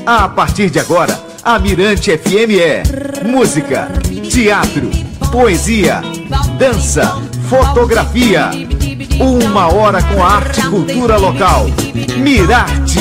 A partir de agora, a Mirante FM é música, teatro, poesia, dança, fotografia. 1 hora com a arte e cultura local. Mirarte.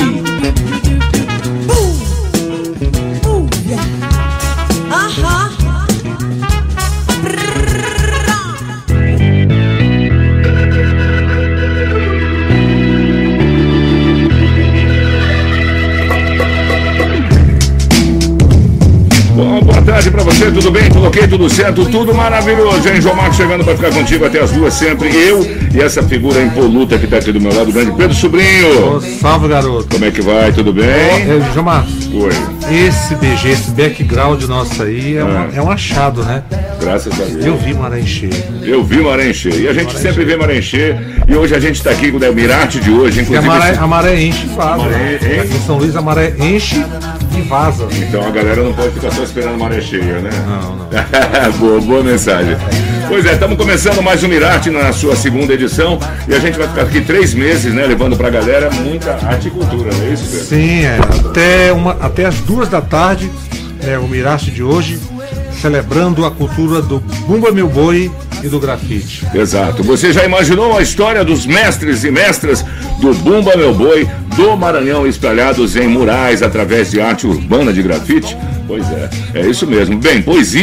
Boa tarde pra você, tudo bem? Tudo ok? Tudo certo? Tudo maravilhoso, hein? João Marcos chegando pra ficar contigo até as 2 sempre. Eu e essa figura impoluta que tá aqui do meu lado, o grande Pedro Sobrinho. Oh, salve, garoto. Como é que vai? Tudo bem? João Marcos. Oi. Esse BG, esse background nosso aí é um achado, né? Graças a Deus. Eu vi maré encher. Eu vi maré encher. E a gente sempre vê maré encher. E hoje a gente tá aqui com o Mirarte de hoje, inclusive. A maré enche e vaza. Aqui em São Luís a maré enche e vaza. Então a galera não pode ficar só esperando maré cheia, né? Não. boa mensagem. Pois é, estamos começando mais um Mirarte na sua 2ª edição. E a gente vai ficar aqui 3 meses, né? Levando pra galera muita arte e cultura, não é isso, Pedro? Sim, até as 2 da tarde, o Mirarte de hoje, celebrando a cultura do Bumba Meu Boi e do grafite. Exato. Você já imaginou a história dos mestres e mestras do Bumba Meu Boi do Maranhão espalhados em murais através de arte urbana de grafite? Pois é isso mesmo. Bem, pois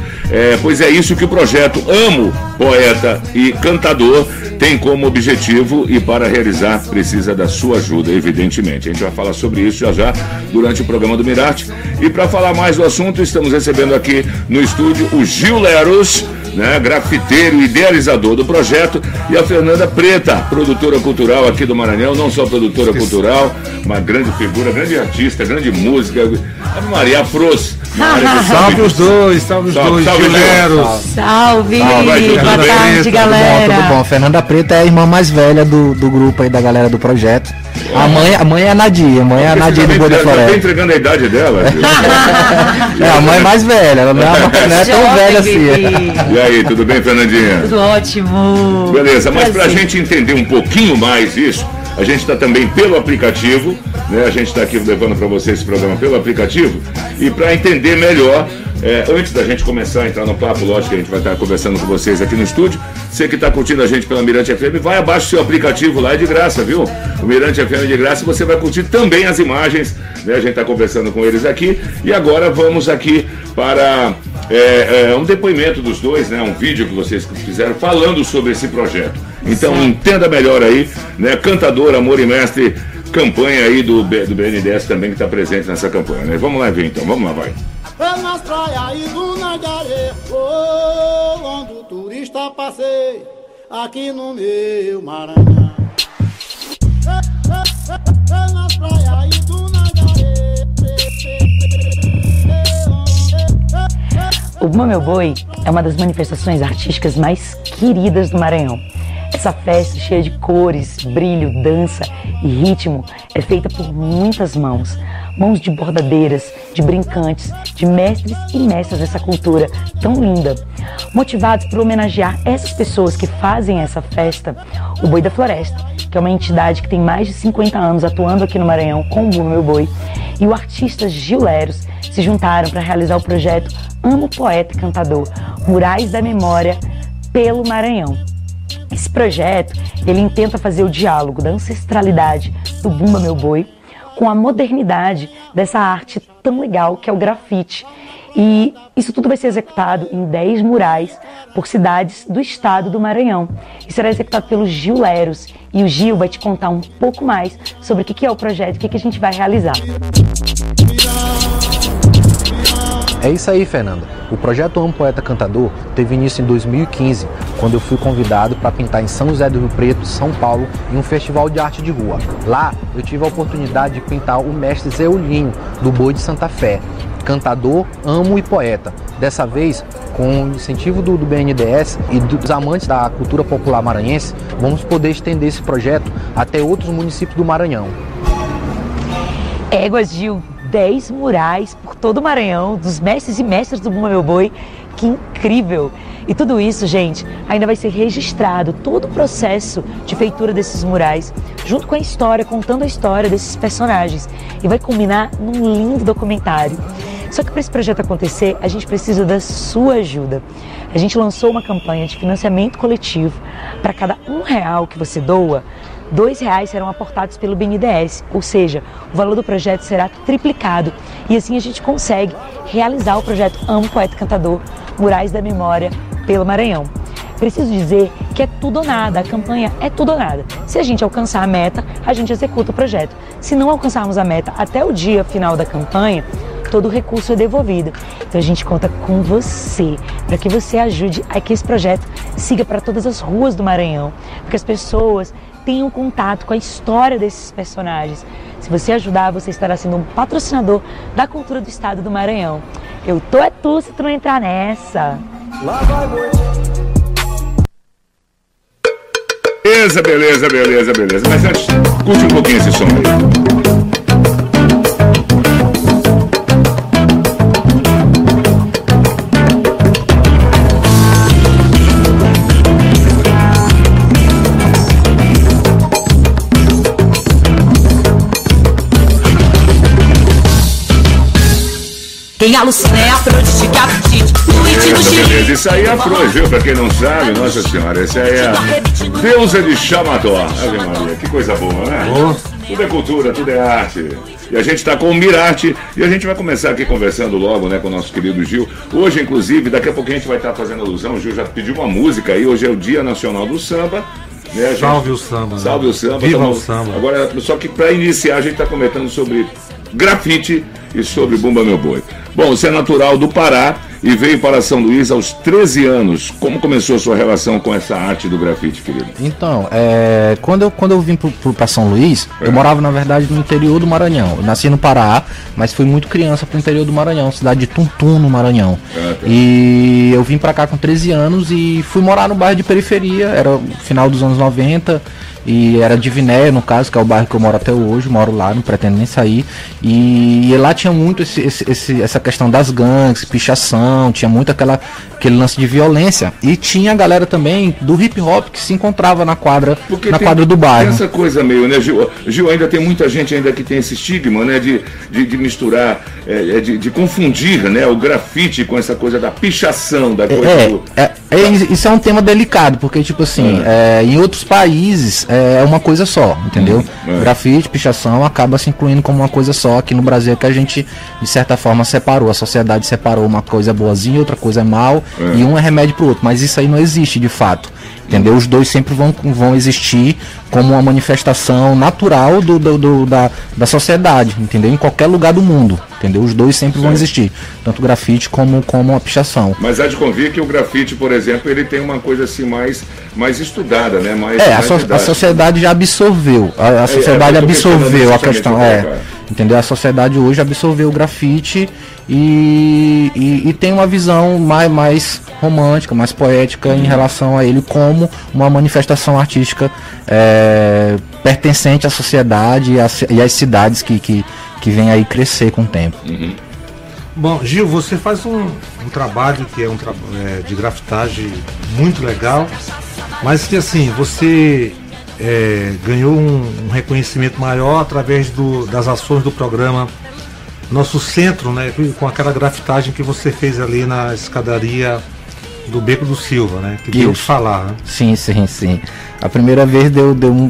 é isso que o projeto Amo, Poeta e Cantador tem como objetivo, e para realizar precisa da sua ajuda, evidentemente. A gente vai falar sobre isso já durante o programa do Mirarte. E para falar mais do assunto, estamos recebendo aqui no estúdio o Gil Leros, né, grafiteiro e idealizador do projeto, e a Fernanda Preta, produtora cultural aqui do Maranhão, não só produtora cultural, uma grande figura, grande artista, grande música. Ave Maria, Pros. Salve os dois, Gil Leros. Salve, boa tarde, galera. Tudo bom. Fernanda Preta é a irmã mais velha do grupo aí, da galera do projeto. A mãe é a Nadia, do Boi da Floresta. Já tá entregando a idade dela? A mãe é mais velha, ela não é tão velha assim. E aí, tudo bem, Fernandinha? Tudo ótimo. Beleza, mas pra gente entender um pouquinho mais isso, a gente está também pelo aplicativo, né? A gente está aqui levando para vocês esse programa pelo aplicativo, e para entender melhor, antes da gente começar a entrar no papo, lógico que a gente vai estar conversando com vocês aqui no estúdio. Você que está curtindo a gente pela Mirante FM, vai abaixo do seu aplicativo lá, é de graça, viu? O Mirante FM é de graça, e você vai curtir também as imagens, né? A gente está conversando com eles aqui, e agora vamos aqui para um depoimento dos dois, né? Um vídeo que vocês fizeram falando sobre esse projeto. Então entenda melhor aí, né? Cantador, Amor e Mestre, campanha aí do BNDES também, que está presente nessa campanha, né? Vamos lá ver então, vamos lá, vai. Nas praias e dunas de areia, onde o turista passeia, aqui no meu Maranhão. Nas praias e dunas de areia. O Bumba Meu Boi é uma das manifestações artísticas mais queridas do Maranhão. Essa festa cheia de cores, brilho, dança e ritmo é feita por muitas mãos. Mãos de bordadeiras, de brincantes, de mestres e mestras dessa cultura tão linda. Motivados por homenagear essas pessoas que fazem essa festa, o Boi da Floresta, que é uma entidade que tem mais de 50 anos atuando aqui no Maranhão com o Bumba Meu Boi, e o artista Gil Leros se juntaram para realizar o projeto Amo, Poeta e Cantador, Murais da Memória pelo Maranhão. Esse projeto, ele tenta fazer o diálogo da ancestralidade do Bumba Meu Boi com a modernidade dessa arte tão legal que é o grafite. E isso tudo vai ser executado em 10 murais por cidades do estado do Maranhão. E será executado pelo Gil Leros. E o Gil vai te contar um pouco mais sobre o que é o projeto, o que a gente vai realizar. É isso aí, Fernanda. O projeto Amo, Poeta Cantador teve início em 2015, quando eu fui convidado para pintar em São José do Rio Preto, São Paulo, em um festival de arte de rua. Lá, eu tive a oportunidade de pintar o mestre Zeulinho, do Boi de Santa Fé, cantador, amo e poeta. Dessa vez, com o incentivo do BNDES e dos amantes da cultura popular maranhense, vamos poder estender esse projeto até outros municípios do Maranhão. Gil, 10 murais por todo o Maranhão, dos mestres e mestras do Bumba Meu Boi, que incrível! E tudo isso, gente, ainda vai ser registrado, todo o processo de feitura desses murais, junto com a história, contando a história desses personagens. E vai culminar num lindo documentário. Só que para esse projeto acontecer, a gente precisa da sua ajuda. A gente lançou uma campanha de financiamento coletivo. Para cada R$1 que você doa, R$2 serão aportados pelo BNDES, ou seja, o valor do projeto será triplicado. E assim a gente consegue realizar o projeto Amo Poeta Cantador, Murais da Memória pelo Maranhão. Preciso dizer que é tudo ou nada, a campanha é tudo ou nada. Se a gente alcançar a meta, a gente executa o projeto. Se não alcançarmos a meta até o dia final da campanha, todo o recurso é devolvido. Então a gente conta com você, para que você ajude a que esse projeto siga para todas as ruas do Maranhão, para que as pessoas tenham contato com a história desses personagens. Se você ajudar, você estará sendo um patrocinador da cultura do estado do Maranhão. Eu tô é tu se tu não entrar nessa. Lá vai boi. Beleza. Mas antes, curte um pouquinho esse som aí. Quem alucina é Afrodite, Capitite, Luigi do Chile. Beleza, isso aí é Afrodite, viu? Pra quem não sabe, nossa senhora, essa aí é a deusa de Xamadó. Ave Maria, que coisa boa, né? Tudo é cultura, tudo é arte. E a gente tá com o Mirarte e a gente vai começar aqui conversando logo, né, com o nosso querido Gil. Hoje, inclusive, daqui a pouquinho a gente vai estar fazendo alusão. O Gil já pediu uma música aí, hoje é o Dia Nacional do Samba. Né, gente... Salve o samba. Salve o samba. Viva o samba. Agora, só que para iniciar, a gente está comentando sobre grafite e sobre Bumba Meu Boi. Bom, você é natural do Pará e veio para São Luís aos 13 anos. Como começou a sua relação com essa arte do grafite, querido? Então, quando eu vim para São Luís, eu morava, na verdade, no interior do Maranhão. Eu nasci no Pará, mas fui muito criança para o interior do Maranhão, cidade de Tuntum, no Maranhão. Tá. E eu vim para cá com 13 anos e fui morar no bairro de periferia, era o final dos anos 90. E era Diviné, no caso, que é o bairro que eu moro até hoje, moro lá, não pretendo nem sair. E lá tinha muito essa questão das gangues, pichação, tinha muito aquele lance de violência. E tinha a galera também do hip hop que se encontrava na quadra, quadra do bairro. Tem essa coisa meio, né, Gil, ainda tem muita gente ainda que tem esse estigma, né, de misturar, de confundir, né, o grafite com essa coisa da pichação, da coisa isso é um tema delicado, porque, tipo assim, em outros países é uma coisa só, entendeu? Grafite, pichação acaba se incluindo como uma coisa só. Aqui no Brasil é que a gente, de certa forma, separou. A sociedade separou uma coisa boazinha, outra coisa é mal, e um é remédio pro outro. Mas isso aí não existe, de fato. Entendeu? Os dois sempre vão existir como uma manifestação natural da sociedade, entendeu? Em qualquer lugar do mundo, entendeu? Os dois sempre vão existir, tanto o grafite como a pichação. Mas há de convir que o grafite, por exemplo, ele tem uma coisa assim mais estudada, né? A sociedade já absorveu, a sociedade absorveu a questão, entendeu? A sociedade hoje absorveu o grafite e tem uma visão mais romântica, mais poética em relação a ele como uma manifestação artística pertencente à sociedade e às cidades que vem aí crescer com o tempo. Bom, Gil, você faz um trabalho que é de grafitagem muito legal, mas que assim, você ganhou um reconhecimento maior através das ações do programa Nosso Centro, né, com aquela grafitagem que você fez ali na escadaria do Beco do Silva, né? Que deu o que falar, né? Sim. A primeira vez deu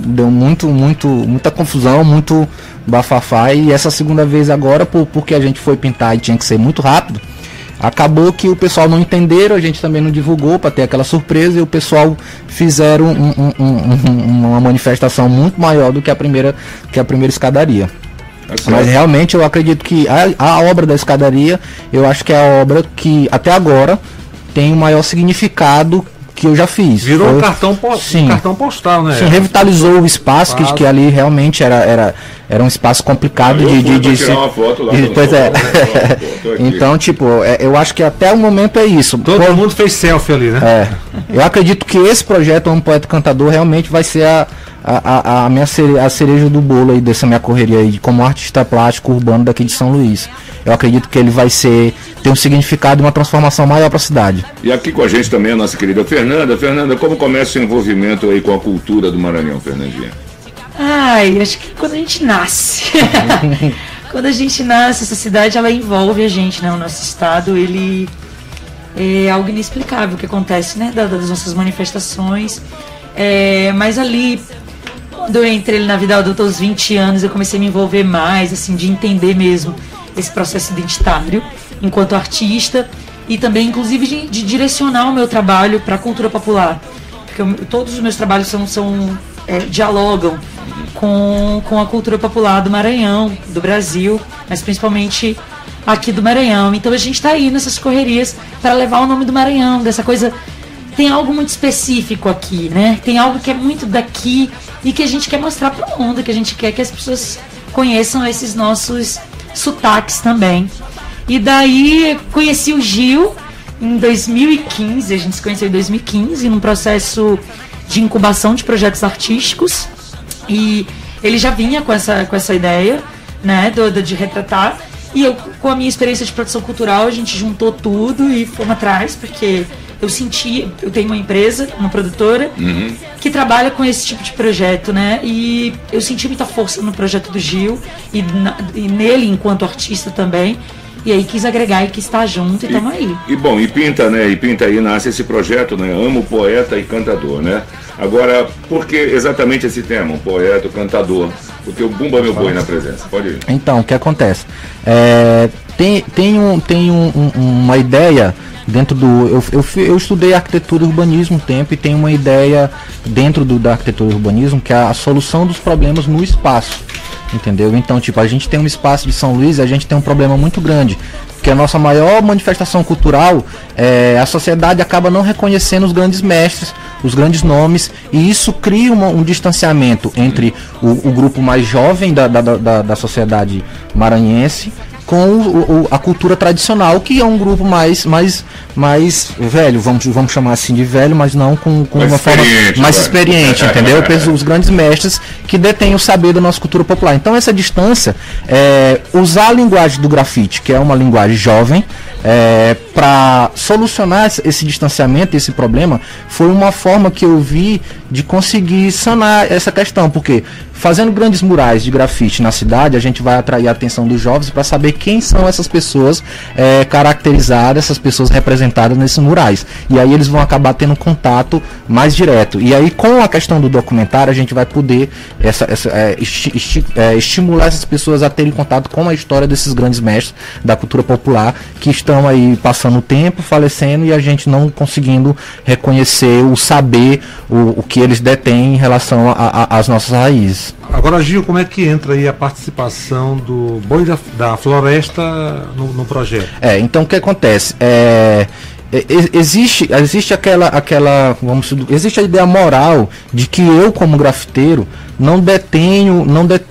muita confusão, muito bafafá, e essa segunda vez agora, porque a gente foi pintar e tinha que ser muito rápido, acabou que o pessoal não entenderam, a gente também não divulgou para ter aquela surpresa, e o pessoal fizeram uma manifestação muito maior do que a primeira escadaria. Mas realmente eu acredito que a obra da escadaria, eu acho que é a obra que até agora tem o maior significado que eu já fiz. Virou um cartão postal, né? Sim, revitalizou o espaço, que ali realmente era um espaço complicado de tirar uma foto lá. Pois é. Então, tipo, eu acho que até o momento é isso. Todo mundo fez selfie ali, né? Eu acredito que esse projeto Amo Poeta Cantador realmente vai ser a cereja do bolo aí dessa minha correria aí como artista plástico urbano daqui de São Luís. Eu acredito que ele vai ter um significado e uma transformação maior para a cidade. E aqui com a gente também a nossa querida Fernanda. Fernanda, como começa o envolvimento aí com a cultura do Maranhão, Fernandinha? Ai, acho que quando a gente nasce. Quando a gente nasce, essa cidade, ela envolve a gente, né? O nosso estado, ele é algo inexplicável que acontece, né? Das nossas manifestações. Mas ali, quando eu entrei na vida adulta aos 20 anos, eu comecei a me envolver mais, assim, de entender mesmo esse processo identitário enquanto artista e também, inclusive, de direcionar o meu trabalho para a cultura popular. Porque todos os meus trabalhos dialogam com a cultura popular do Maranhão, do Brasil, mas principalmente aqui do Maranhão. Então a gente está aí nessas correrias para levar o nome do Maranhão, dessa coisa. Tem algo muito específico aqui, né? Tem algo que é muito daqui e que a gente quer mostrar para o mundo, que a gente quer que as pessoas conheçam esses nossos sotaques também. E daí conheci o Gil em 2015, a gente se conheceu em 2015, num processo de incubação de projetos artísticos. E ele já vinha com essa ideia, né, de retratar. E eu, com a minha experiência de produção cultural, a gente juntou tudo e fomos atrás, porque eu tenho uma empresa, uma produtora, que trabalha com esse tipo de projeto, né? E eu senti muita força no projeto do Gil e nele enquanto artista também. E aí quis agregar e quis estar junto e estamos aí. E pinta, né? E pinta aí, nasce esse projeto, né? Amo, poeta e cantador, né? Agora, por que exatamente esse tema? Um poeta, um cantador? Porque o Bumba Meu Boi na presença. Pode ir. Então, o que acontece? Tem uma ideia dentro do... Eu estudei arquitetura e urbanismo um tempo e tem uma ideia dentro da arquitetura e urbanismo que é a solução dos problemas no espaço. Entendeu? Então, tipo, a gente tem um espaço de São Luís e a gente tem um problema muito grande, porque a nossa maior manifestação cultural, a sociedade acaba não reconhecendo os grandes mestres, os grandes nomes, e isso cria um distanciamento entre o grupo mais jovem da sociedade maranhense com a cultura tradicional, que é um grupo mais velho, vamos chamar assim de velho, mas não com uma forma mais experiente, entendeu? Os grandes mestres que detêm o saber da nossa cultura popular. Então essa distância, usar a linguagem do grafite, que é uma linguagem jovem, para solucionar esse distanciamento, esse problema, foi uma forma que eu vi de conseguir sanar essa questão, porque fazendo grandes murais de grafite na cidade, a gente vai atrair a atenção dos jovens para saber quem são essas pessoas caracterizadas, essas pessoas representadas nesses murais. E aí eles vão acabar tendo um contato mais direto. E aí, com a questão do documentário, a gente vai poder estimular essas pessoas a terem contato com a história desses grandes mestres da cultura popular que estão aí passando o tempo, falecendo, e a gente não conseguindo reconhecer o saber, o que eles detêm em relação às nossas raízes. Agora, Gil, como é que entra aí a participação do Boi da Floresta no projeto? Então o que acontece? Existe existe a ideia moral de que eu, como grafiteiro, não detenho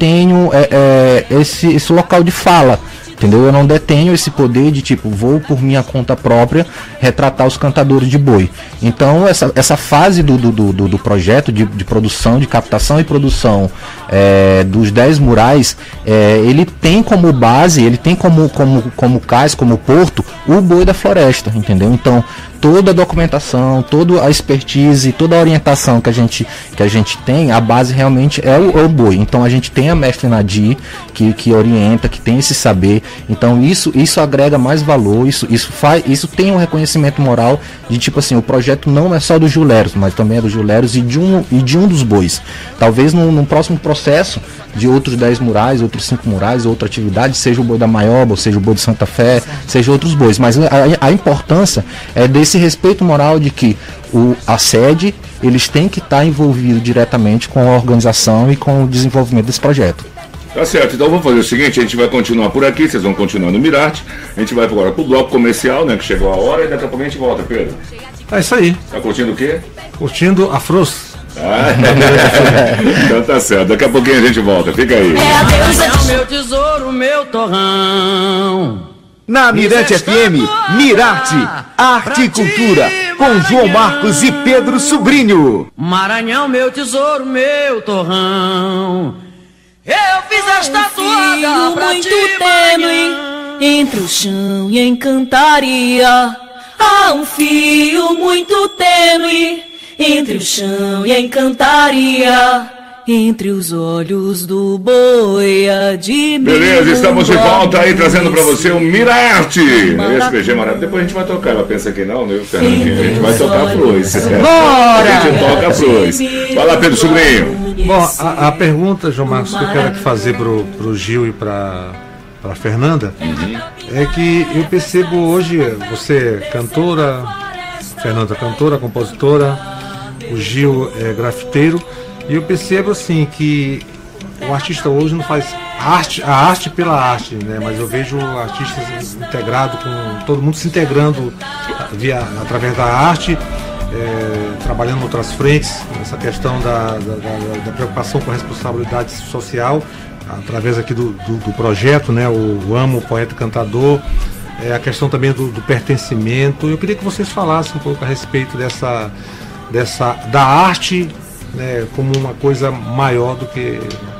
esse local de fala. Entendeu? Eu não detenho esse poder de vou por minha conta própria retratar os cantadores de boi. Então essa fase do projeto de produção, de captação e produção dos 10 murais, ele tem como base, ele tem como cais, como porto, o Boi da Floresta, entendeu? Então toda a documentação, toda a expertise, toda a orientação que a gente tem, a base realmente é o boi. Então a gente tem a mestre Nadir que orienta, que tem esse saber. Então isso agrega mais valor, isso tem um reconhecimento moral de o projeto não é só do Juleros, mas também é do Juleros e de um dos bois. Talvez num próximo processo de outros 10 murais, outros 5 murais, outra atividade, seja o Boi da Maioba, ou seja o Boi de Santa Fé, seja outros bois. Mas a importância é desse respeito moral de que a sede, eles têm que estar envolvidos diretamente com a organização e com o desenvolvimento desse projeto. Tá certo, então vamos fazer o seguinte, a gente vai continuar por aqui, vocês vão continuar no Mirarte, a gente vai agora pro bloco comercial, né, que chegou a hora, e daqui a pouco a gente volta, Pedro. É isso aí. Tá curtindo o quê? Curtindo Afros. Então tá certo, daqui a pouquinho a gente volta, fica aí. É o meu tesouro, meu torrão. Na Mirante FM, Mirarte, Arte e Cultura. com João Marcos e Pedro Sobrinho. Maranhão, meu tesouro, meu torrão. Eu fiz esta toada pra muito ti, tênue entre o chão e a encantaria. Há um fio muito tênue entre o chão e a encantaria. Entre os olhos do boi de Beleza, estamos de volta aí trazendo pra você o Miraarte. SPG maravilhoso. Depois a gente vai tocar. Ela pensa que não, né, Fernandinho? A gente vai tocar Flores. Bora! A gente toca Flores. Vai lá, Pedro Sobrinho. Bom, a pergunta, João Marcos, que eu quero aqui fazer pro Gil e pra Fernanda, é que eu percebo hoje, você é cantora, Fernanda cantora, compositora, o Gil é grafiteiro, e eu percebo assim que o artista hoje não faz a arte pela arte, né? Mas eu vejo artistas integrados, com todo mundo se integrando através da arte, trabalhando em outras frentes, essa questão da preocupação com a responsabilidade social, através aqui do projeto, né? O Amo, o Poeta Cantador, a questão também do pertencimento. Eu queria que vocês falassem um pouco a respeito da arte, né, como uma coisa maior do que...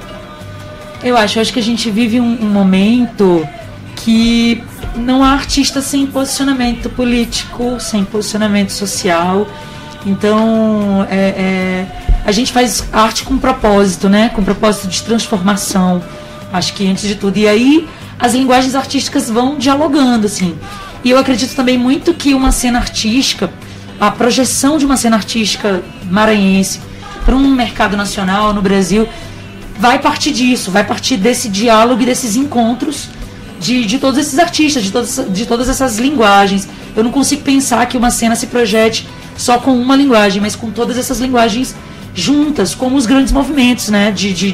Eu acho que a gente vive um momento que não há artista sem posicionamento político, sem posicionamento social. Então, a gente faz arte com propósito, né? Com propósito de transformação, acho que antes de tudo. E aí, as linguagens artísticas vão dialogando, assim. E eu acredito também muito que uma cena artística, a projeção de uma cena artística maranhense para um mercado nacional no Brasil, vai partir disso, vai partir desse diálogo e desses encontros de todos esses artistas, de todas essas linguagens. Eu não consigo pensar que uma cena se projete só com uma linguagem, mas com todas essas linguagens juntas, como os grandes movimentos, né,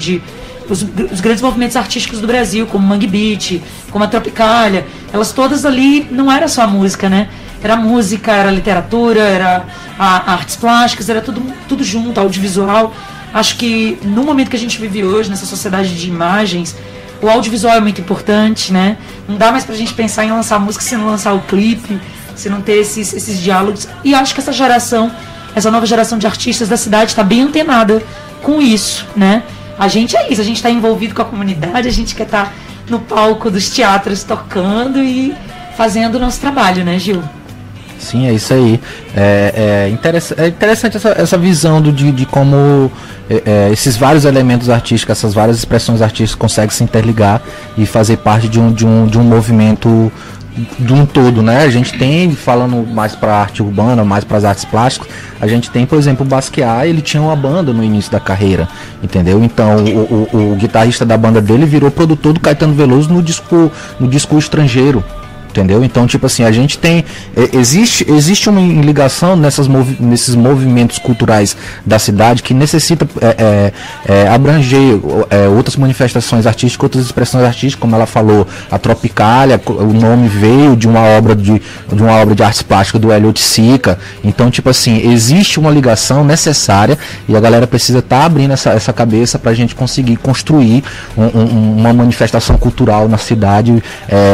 os grandes movimentos artísticos do Brasil, como o Mangue Beat, como a Tropicália. Elas todas ali, não era só a música, né? Era música, era literatura, era artes plásticas, era tudo junto, audiovisual. Acho que no momento que a gente vive hoje, nessa sociedade de imagens, o audiovisual é muito importante, né? Não dá mais pra gente pensar em lançar música se não lançar o clipe, se não ter esses diálogos. E acho que essa nova geração de artistas da cidade está bem antenada com isso, né? A gente é isso, a gente está envolvido com a comunidade, a gente quer estar no palco dos teatros tocando e fazendo o nosso trabalho, né, Gil? Sim, é isso aí. É interessante essa visão de como esses vários elementos artísticos, essas várias expressões artísticas conseguem se interligar e fazer parte de um movimento de um todo, né? A gente tem, falando mais para arte urbana, mais para as artes plásticas, a gente tem, por exemplo, o Basquiat, ele tinha uma banda no início da carreira, entendeu? Então o guitarrista da banda dele virou produtor do Caetano Veloso no disco Estrangeiro, entendeu? Então, tipo assim, a gente tem... Existe uma ligação nesses movimentos culturais da cidade que necessita abranger outras manifestações artísticas, outras expressões artísticas, como ela falou, a Tropicália, o nome veio de uma obra de artes plásticas do Hélio Sica. Então, tipo assim, existe uma ligação necessária e a galera precisa estar abrindo essa cabeça pra gente conseguir construir uma manifestação cultural na cidade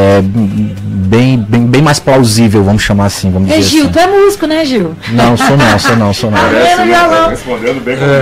bem mais plausível, vamos chamar assim, vamos dizer Gil, assim. tu é músico, né, Gil? Não, sou não. Respondendo bem como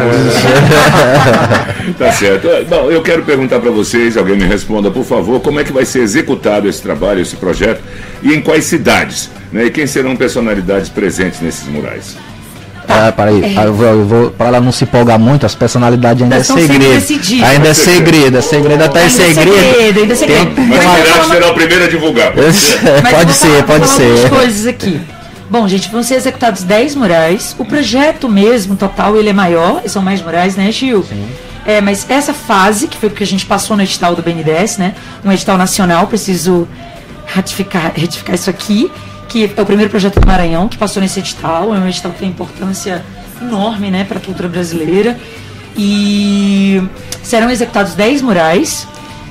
Tá certo. Bom, eu quero perguntar para vocês, alguém me responda, por favor, como é que vai ser executado esse trabalho, esse projeto, e em quais cidades, né? E quem serão personalidades presentes nesses murais? Peraí, eu vou, para ela não se empolgar muito, as personalidades ainda é segredo. Ainda é segredo até é segredo. Mas o será o primeiro a divulgar. Pode ser. Coisas aqui. Bom, gente, vão ser executados 10 murais. O projeto mesmo, total, ele é maior, são mais murais, né, Gil? Sim. Mas essa fase, que foi o que a gente passou no edital do BNDES, né? Um edital nacional, preciso retificar isso aqui, que é o primeiro projeto do Maranhão que passou nesse edital. É um edital que tem importância enorme, né, para a cultura brasileira. E serão executados 10 murais.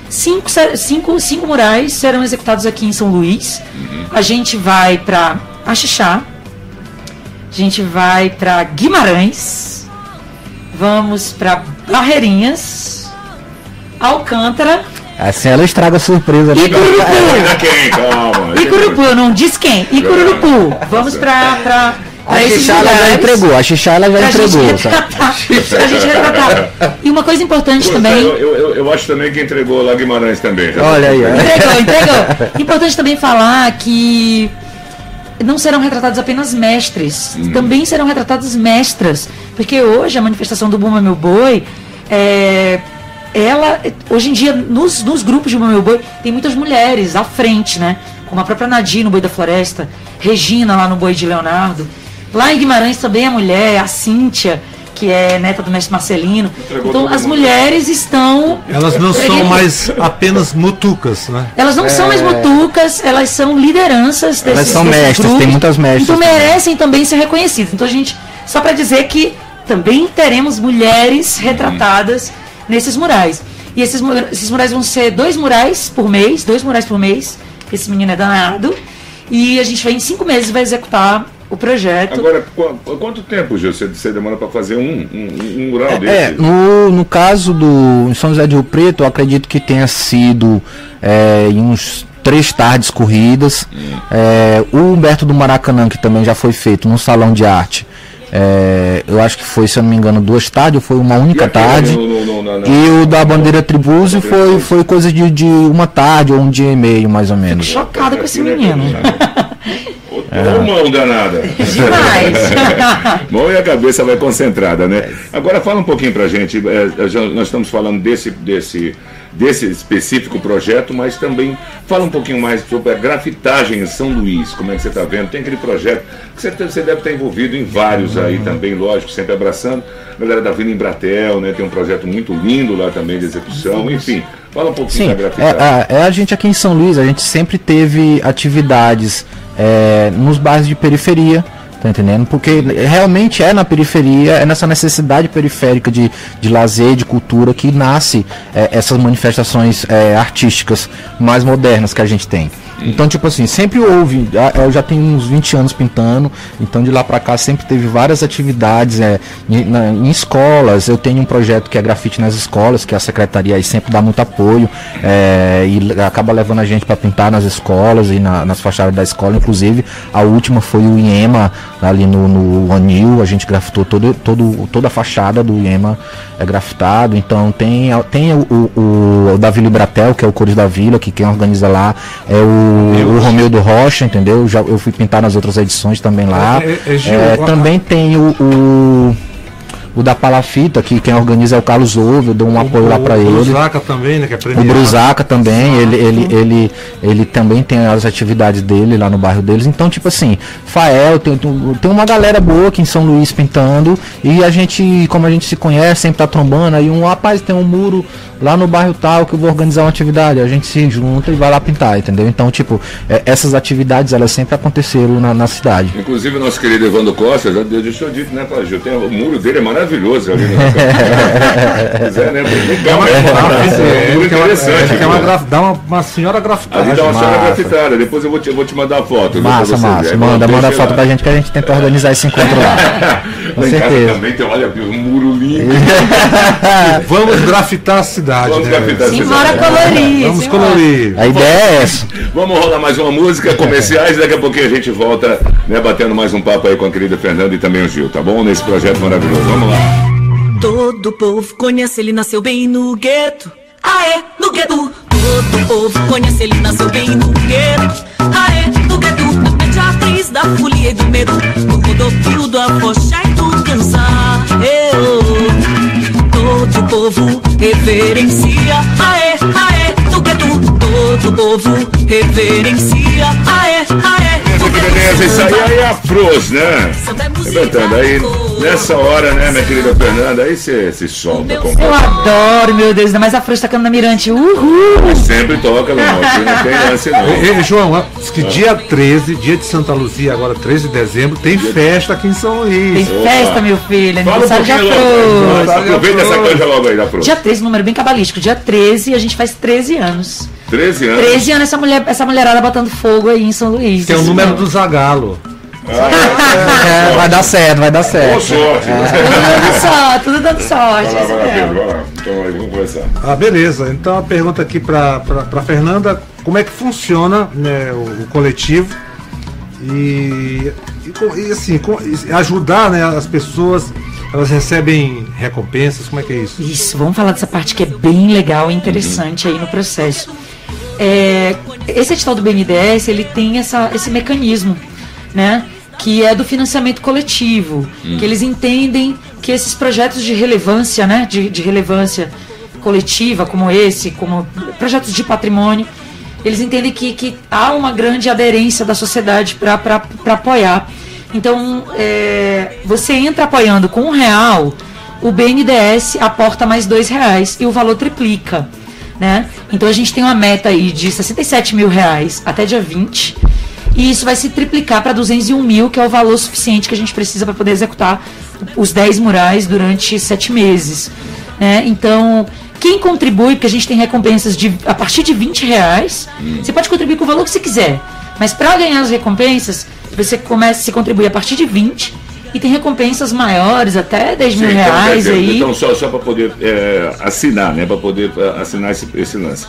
5 murais serão executados aqui em São Luís. A gente vai para Axixá, a gente vai para Guimarães, vamos para Barreirinhas, Alcântara. Assim ela estraga a surpresa. E Curupu, não diz quem. E Curupu. Vamos para A Xixá ela já entregou, Pra gente retratar. E uma coisa importante também. Eu acho também que entregou lá Guimarães também. Olha aí. Entregou. Importante também falar que não serão retratados apenas mestres, também serão retratadas mestras. Porque hoje a manifestação do Bumba Meu Boi, hoje em dia, nos grupos de Bumba Meu Boi, tem muitas mulheres à frente, né? Como a própria Nadir no Boi da Floresta, Regina lá no Boi de Leonardo. Lá em Guimarães também a mulher, a Cíntia, que é neta do mestre Marcelino. Então as mulheres estão... Elas não são mais apenas mutucas, né? Elas não são mais mutucas, elas são lideranças desses Elas são mestras, grupos, tem muitas mestras. Então merecem também ser reconhecidas. Então a gente, só para dizer que também teremos mulheres retratadas nesses murais. E esses murais vão ser 2 murais por mês. Esse menino é danado. E a gente vai em 5 meses vai executar o projeto. Agora, quanto tempo, Gil, você demora para fazer um mural desse? No caso do em São José do Rio Preto, eu acredito que tenha sido em uns 3 tardes corridas. O Humberto do Maracanã, que também já foi feito no Salão de Arte, eu acho que foi, se eu não me engano, 2 tardes, ou foi uma única tarde. E o da Bandeira Tribuzio foi coisa de 1 tarde ou 1 dia e meio, mais ou menos. Fico chocada com esse menino. Mão danada. Demais. Mão e a cabeça vai concentrada, né? Agora fala um pouquinho pra gente. Nós estamos falando desse específico projeto, mas também fala um pouquinho mais sobre a grafitagem em São Luís. Como é que você está vendo? Tem aquele projeto que você deve estar envolvido em vários aí também, lógico, sempre abraçando. A galera da Vila Embratel, né? Tem um projeto muito lindo lá também de execução. Enfim, fala um pouquinho da grafitagem. A gente aqui em São Luís, a gente sempre teve atividades nos bairros de periferia. Tá entendendo? Porque realmente é na periferia, é nessa necessidade periférica de lazer, de cultura, que nasce essas manifestações artísticas mais modernas que a gente tem. Então, tipo assim, sempre houve, eu já tenho uns 20 anos pintando, então de lá pra cá sempre teve várias atividades em escolas. Eu tenho um projeto que é grafite nas escolas, que a secretaria aí sempre dá muito apoio e acaba levando a gente para pintar nas escolas e nas fachadas da escola. Inclusive, a última foi o IEMA, ali no Anil, a gente grafitou toda a fachada do IEMA grafitado. Então tem o da Vila Embratel, que é o Cores da Vila, que quem organiza lá é o Romeu do Rocha, entendeu? Eu fui pintar nas outras edições também lá. Também tem o da Palafita, que quem organiza é o Carlos Ovo, eu dou um apoio lá para ele. O Brusaca também, né? Que é premiado. O Brusaca também, ele também tem as atividades dele lá no bairro deles. Então, tipo assim, Fael, tem uma galera boa aqui em São Luís pintando, e a gente, como a gente se conhece, sempre tá trombando, aí rapaz, tem um muro lá no bairro tal que eu vou organizar uma atividade, a gente se junta e vai lá pintar, entendeu? Então, tipo, essas atividades, elas sempre aconteceram na cidade. Inclusive, nosso querido Evandro Costa, já deixou dito, né, Gil? O muro dele é maravilhoso ali no dá uma senhora grafitada. Ali dá uma senhora grafitada, depois eu vou te mandar a foto. Massa. Manda a foto pra gente que a gente tenta organizar esse encontro lá. Com certeza. Também tem, olha, um muro lindo. Vamos grafitar a cidade. Vamos grafitar a cidade. Vamos colorir. A ideia é essa. Vamos rolar mais uma música, comerciais, daqui a pouquinho a gente volta, né, batendo mais um papo aí com a querida Fernanda e também o Gil, tá bom? Nesse projeto maravilhoso. Vamos lá. Todo povo conhece, ele nasceu bem no gueto. No gueto. Todo povo conhece, ele nasceu bem no gueto. No gueto. Na Imperatriz da folia e do medo, no rodopio do Afoxá e do Cansar. Todo povo reverencia. No gueto. Todo povo reverencia. Beleza, isso aí é afros, né? Arrebentando aí, nessa hora, né, minha querida Fernanda, aí você se solta. Eu adoro, meu Deus, ainda mais a Afros tocando na Mirante. Uhul! Sempre toca, meu irmão, não tem lance não. João, diz que dia 13, dia de Santa Luzia, agora 13 de dezembro, tem festa aqui em São Luís. Tem festa, meu filho, aniversário de Afros. Aproveita essa coisa logo aí da Afros. Dia 13, número bem cabalístico, dia 13 a gente faz 13 anos. 13 anos? 13 anos essa mulherada botando fogo aí em São Luís. Que é o número do Zagalo. Vai dar certo. Boa sorte. Tudo dando sorte. Vai lá. Então aí, vamos começar. Beleza. Então a pergunta aqui para Fernanda, como é que funciona, né, o coletivo E assim, ajudar, né, as pessoas, elas recebem recompensas, como é que é isso? Isso, vamos falar dessa parte que é bem legal e interessante aí no processo. Esse edital do BNDES, ele tem esse mecanismo, né, que é do financiamento coletivo, que eles entendem que esses projetos de relevância, né, de relevância coletiva, como esse, como projetos de patrimônio, eles entendem que há uma grande aderência da sociedade para apoiar. Então, você entra apoiando com R$1, o BNDES aporta mais R$2 e o valor triplica, né? Então, a gente tem uma meta aí de R$67 mil até dia 20, e isso vai se triplicar para 201 mil, que é o valor suficiente que a gente precisa para poder executar os 10 murais durante 7 meses, né? Então, quem contribui, porque a gente tem recompensas a partir de R$20, você pode contribuir com o valor que você quiser, mas para ganhar as recompensas, você contribui a partir de 20 e tem recompensas maiores, até R$10 mil aí. Então, só para poder assinar, né? Para poder assinar esse lance.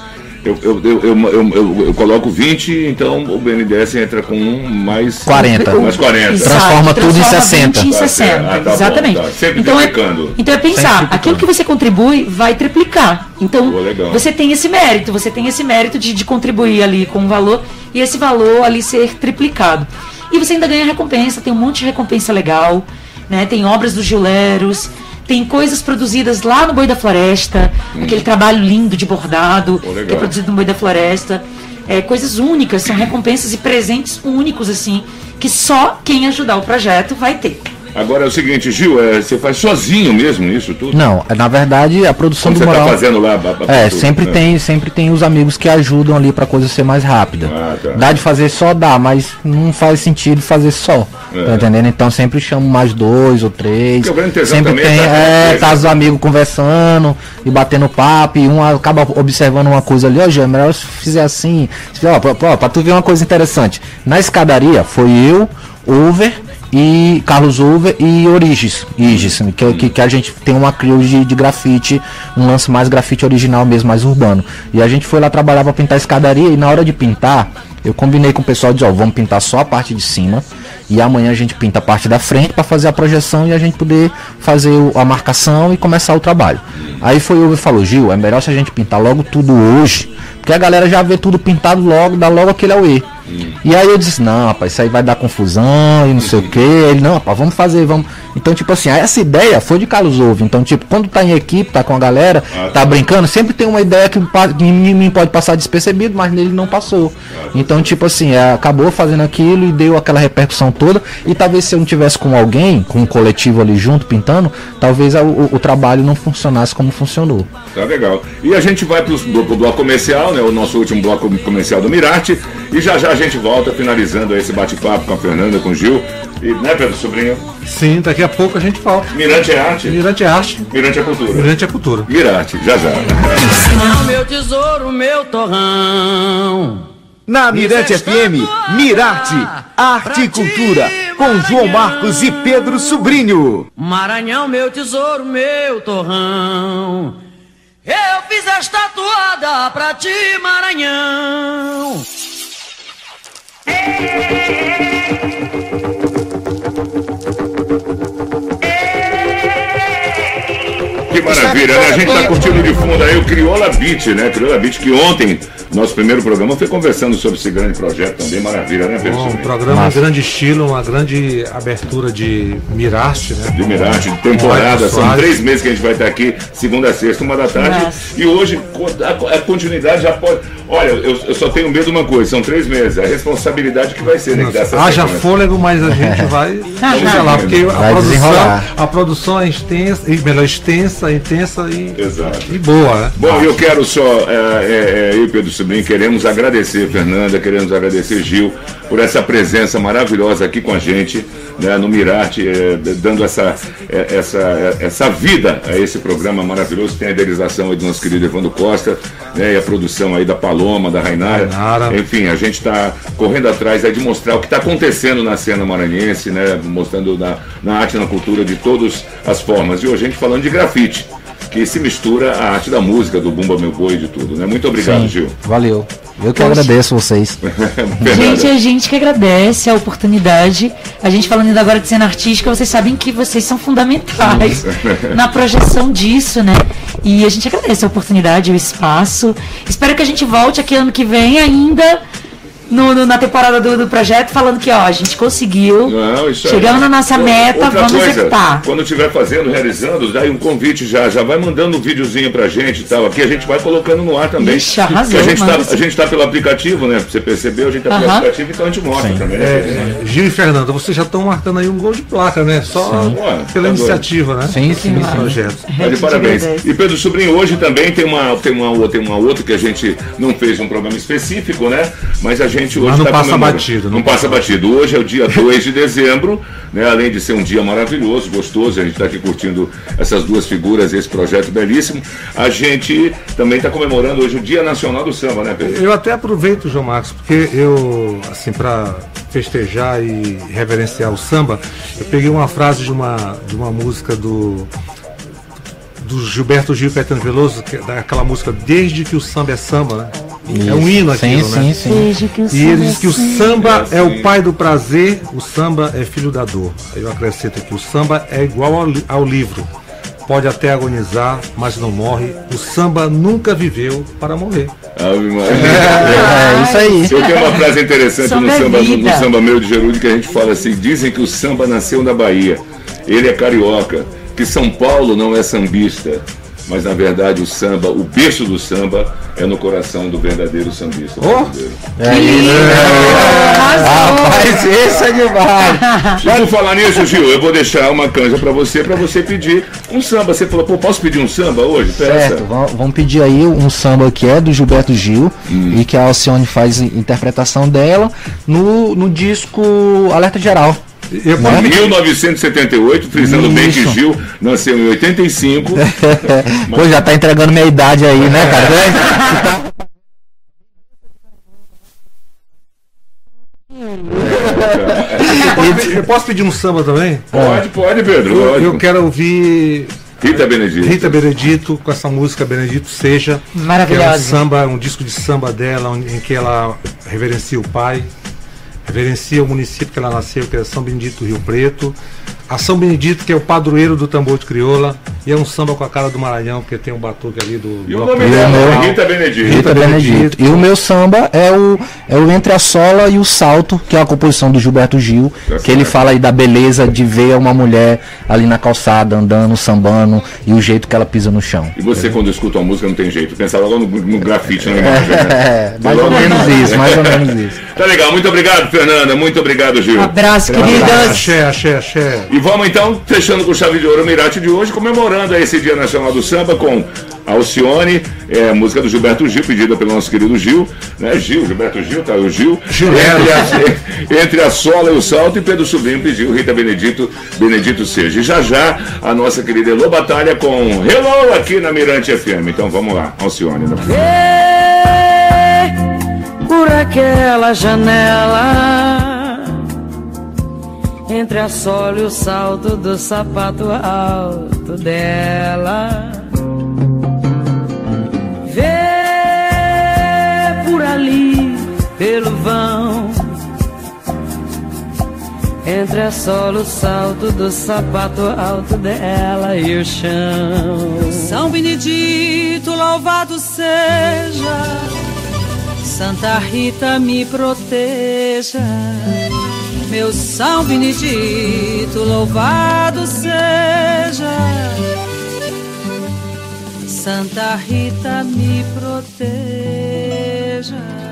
Eu coloco 20, então o BNDES entra com mais 40. Mais 40. Exato, transforma tudo em 60. 20 em 60, tá exatamente. Bom, tá. Sempre então, triplicando. Então é pensar, aquilo que você contribui vai triplicar. Então você tem esse mérito de contribuir ali com o valor e esse valor ali ser triplicado. E você ainda ganha recompensa, tem um monte de recompensa legal, né? Tem obras dos Gileros, tem coisas produzidas lá no Boi da Floresta, aquele trabalho lindo de bordado, que é produzido no Boi da Floresta. Coisas únicas, são recompensas e presentes únicos, assim, que só quem ajudar o projeto vai ter. Agora é o seguinte, Gil, você faz sozinho mesmo isso tudo? Não, na verdade a produção do mural... Você está fazendo lá? Sempre tem os amigos que ajudam ali para a coisa ser mais rápida. Tá. Dá de fazer só, dá, mas não faz sentido fazer só. Tá entendendo? Então sempre chamo mais 2 ou 3. Sempre tem, tá os amigos conversando e batendo papo, e um acaba observando uma coisa ali, ó, melhor se fizer assim. Pra tu ver uma coisa interessante. Na escadaria foi eu, Over e Carlos Over e Igis, que a gente tem uma crew de grafite, um lance mais grafite original mesmo, mais urbano. E a gente foi lá trabalhar para pintar a escadaria, e na hora de pintar, eu combinei com o pessoal de vamos pintar só a parte de cima, e amanhã a gente pinta a parte da frente para fazer a projeção e a gente poder fazer a marcação e começar o trabalho. Aí foi o Over e falou, Gil, é melhor se a gente pintar logo tudo hoje, porque a galera já vê tudo pintado logo, dá logo aquele auê. E aí eu disse, não, rapaz, isso aí vai dar confusão e não sei o que. Ele, não, rapaz, vamos fazer, vamos. Então, tipo assim, essa ideia foi de Carlos Ouve. Então, tipo, quando tá em equipe, tá com a galera, tá brincando, sempre tem uma ideia que em mim pode passar despercebido, mas nele não passou. Então, tipo assim, acabou fazendo aquilo e deu aquela repercussão toda. E talvez se eu não tivesse com alguém, com um coletivo ali junto, pintando, talvez o trabalho não funcionasse como funcionou. Tá legal. E a gente vai pro bloco comercial, né? O nosso último bloco comercial do Mirarte. E já a gente volta finalizando esse bate-papo com a Fernanda, com o Gil. E, né, Pedro Sobrinho? Sim, daqui a pouco a gente volta. Mirante é arte? Mirante é arte. Mirante é cultura. Mirante é cultura. Mirarte, já. Meu tesouro, meu torrão. Na Mirante FM, Mirarte, arte e cultura, com João Marcos e Pedro Sobrinho. Maranhão, meu tesouro, meu torrão. Eu fiz esta toada pra ti, Maranhão. Que maravilha, né? A gente tá curtindo de fundo aí o Crioula Beat, né? Crioula Beat, que ontem, nosso primeiro programa, foi conversando sobre esse grande projeto também. Maravilha, né, Pedro? Um programa de grande estilo, uma grande abertura de Mirarte, né? De Mirarte, de temporada. São 3 meses que a gente vai estar aqui, segunda a sexta, 1h. E hoje, a continuidade já pode... Olha, eu só tenho medo de uma coisa, são 3 meses. A responsabilidade que vai ser, né? Haja fôlego, mas a gente vai chegar lá, porque a produção é extensa, intensa e boa, né? Bom, eu quero só, eu e Pedro Sobrinho, queremos agradecer Fernanda, queremos agradecer Gil por essa presença maravilhosa aqui com a gente, né, no Mirarte, dando essa vida a esse programa maravilhoso. Tem a idealização aí do nosso querido Evandro Costa, né, e a produção aí da Paloma, da Rainara. Enfim, a gente está correndo atrás aí de mostrar o que está acontecendo na cena maranhense, né, mostrando na arte e na cultura de todas as formas. E hoje a gente falando de grafite, que se mistura a arte da música, do Bumba Meu Boi e de tudo, né? Muito obrigado, Gil. Valeu. Eu que agradeço vocês. Gente, a gente que agradece a oportunidade. A gente falando ainda agora de cena artística, vocês sabem que vocês são fundamentais na projeção disso, né? E a gente agradece a oportunidade, o espaço. Espero que a gente volte aqui ano que vem ainda na temporada do projeto, falando que, ó, a gente conseguiu. Não, isso chegamos na nossa meta, outra vamos coisa, executar. Quando estiver fazendo, realizando, dá aí um convite já vai mandando um videozinho pra gente e tal. Aqui a gente vai colocando no ar também. Ixi, arrasou, a gente tá pelo aplicativo, né? Você percebeu, a gente tá pelo aplicativo, então a gente mostra também. Gil e Fernanda, vocês já estão marcando aí um gol de placa, né? Só pela iniciativa, né? Sim. Projeto. Tá de parabéns. E Pedro Sobrinho, hoje também tem uma outra que a gente não fez um programa específico, né? Mas a gente hoje não passa batido. Não passa batido. Hoje é o dia 2 de dezembro, né? Além de ser um dia maravilhoso, gostoso, a gente está aqui curtindo essas duas figuras, esse projeto belíssimo. A gente também está comemorando hoje o Dia Nacional do Samba, né, Pedro? Eu até aproveito, João Marcos, porque eu, assim, para festejar e reverenciar o samba, eu peguei uma frase de uma música do Gilberto Gil e Caetano Veloso, daquela música Desde que o Samba é Samba, né? É um hino aquilo, né? Sim. E ele diz que o samba é o pai do prazer, o samba é filho da dor. Aí eu acrescento aqui, o samba é igual ao livro. Pode até agonizar, mas não morre. O samba nunca viveu para morrer. Isso aí. Eu tenho uma frase interessante no samba meu de Gerúndio, que a gente fala assim: dizem que o samba nasceu na Bahia, ele é carioca, que São Paulo não é sambista. Mas na verdade o samba, o berço do samba é no coração do verdadeiro sambista. Rapaz, esse é demais. Vamos falar nisso, Gil. Eu vou deixar uma canja pra você pedir um samba. Você falou, pô, posso pedir um samba hoje? Certo, vamos pedir aí um samba que é do Gilberto Gil e que a Alcione faz interpretação dela no disco Alerta Geral. 1978, frisando bem que Gil nasceu em 85. Pô, já tá entregando minha idade aí, né, cara? Eu posso pedir um samba também? Pode, Pedro. Eu quero ouvir Rita Benedito com essa música Benedito Seja. Maravilhosa. Que é um samba, um disco de samba dela, em que ela reverencia o pai, reverencia o município que ela nasceu, que é São Benedito do Rio Preto. A São Benedito, que é o padroeiro do tambor de crioula, e é um samba com a cara do Maranhão, porque tem um batuque ali do... E o nome dela é Rita Benedito. E o meu samba é o Entre a Sola e o Salto, que é a composição do Gilberto Gil, que ele fala aí da beleza de ver uma mulher ali na calçada, andando, sambando, e o jeito que ela pisa no chão. E você, quando escuta uma música, não tem jeito, pensa logo no grafite, na imagem, né? Mais ou menos isso. Tá legal, muito obrigado, Fernanda, muito obrigado, Gil. Um abraço, queridas. Axé. E vamos então, fechando com chave de ouro o Mirate de hoje, comemorando esse Dia Nacional do Samba com Alcione, música do Gilberto Gil, pedida pelo nosso querido Gil, né? Gilberto Gil, tá? O Gil. Entre a Sola e o Salto, e Pedro Sobrinho pediu Rita Benedito Seja. E já a nossa querida Elô Batalha com Hello aqui na Mirante FM. Então vamos lá, Alcione. Por aquela janela, entre a sola e o salto do sapato alto dela, vê por ali, pelo vão, entre a sola e o salto do sapato alto dela e o chão. São Benedito, louvado seja, Santa Rita me proteja. Meu São Benedito, louvado seja, Santa Rita me proteja.